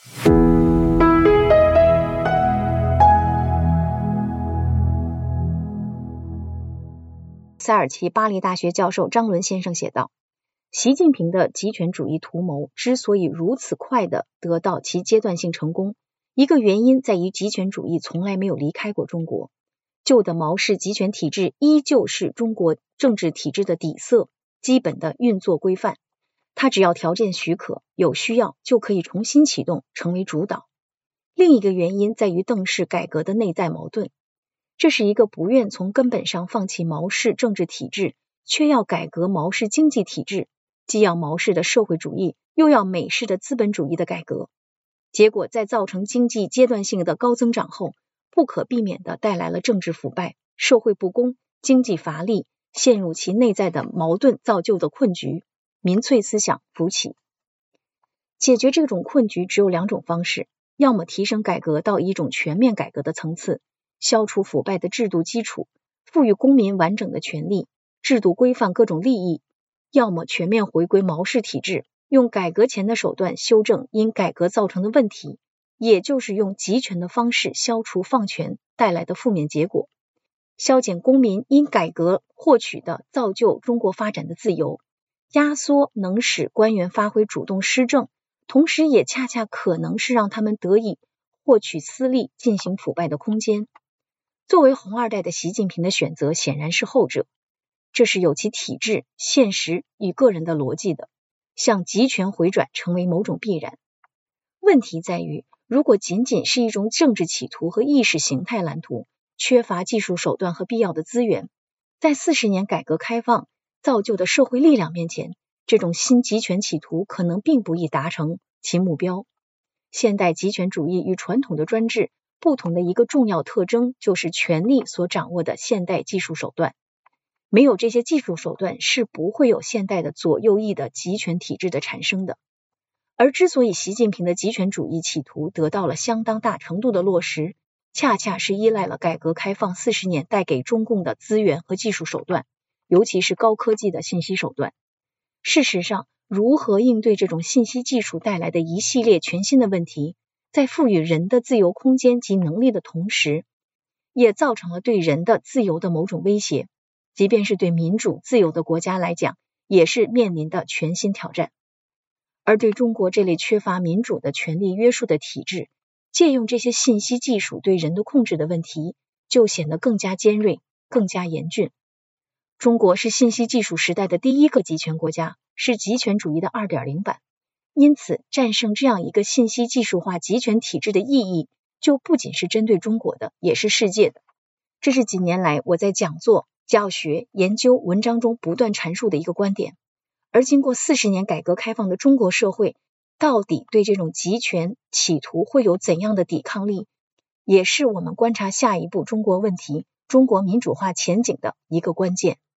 塞尔奇巴黎大学教授张伦先生写道，习近平的极权主义图谋之所以如此快地得到其阶段性成功，一个原因在于极权主义从来没有离开过中国。旧的毛氏集权体制依旧是中国政治体制的底色，基本的运作规范，它只要条件许可，有需要就可以重新启动，成为主导。另一个原因在于邓氏改革的内在矛盾，这是一个不愿从根本上放弃毛氏政治体制，却要改革毛氏经济体制，既要毛氏的社会主义，又要美式的资本主义的改革。结果在造成经济阶段性的高增长后，不可避免地带来了政治腐败、社会不公、经济乏力，陷入其内在的矛盾造就的困局，民粹思想浮起。解决这种困局只有两种方式，要么提升改革到一种全面改革的层次，消除腐败的制度基础，赋予公民完整的权利，制度规范各种利益；要么全面回归毛氏体制，用改革前的手段修正因改革造成的问题，也就是用集权的方式消除放权带来的负面结果，削减公民因改革获取的造就中国发展的自由，压缩能使官员发挥主动施政，同时也恰恰可能是让他们得以获取私利进行腐败的空间。作为红二代的习近平的选择显然是后者，这是有其体制、现实与个人的逻辑的，向集权回转成为某种必然。问题在于，如果仅仅是一种政治企图和意识形态蓝图，缺乏技术手段和必要的资源，在40年改革开放造就的社会力量面前，这种新集权企图可能并不易达成其目标。现代集权主义与传统的专制不同的一个重要特征，就是权力所掌握的现代技术手段。没有这些技术手段，是不会有现代的左右翼的集权体制的产生的。而之所以习近平的极权主义企图得到了相当大程度的落实，恰恰是依赖了改革开放40年带给中共的资源和技术手段，尤其是高科技的信息手段。事实上，如何应对这种信息技术带来的一系列全新的问题，在赋予人的自由空间及能力的同时，也造成了对人的自由的某种威胁，即便是对民主自由的国家来讲，也是面临的全新挑战。而对中国这类缺乏民主的权力约束的体制，借用这些信息技术对人的控制的问题，就显得更加尖锐、更加严峻。中国是信息技术时代的第一个集权国家，是集权主义的 2.0 版。因此，战胜这样一个信息技术化集权体制的意义，就不仅是针对中国的，也是世界的。这是几年来我在讲座、教学、研究、文章中不断阐述的一个观点。而经过40年改革开放的中国社会，到底对这种集权企图会有怎样的抵抗力，也是我们观察下一步中国问题、中国民主化前景的一个关键。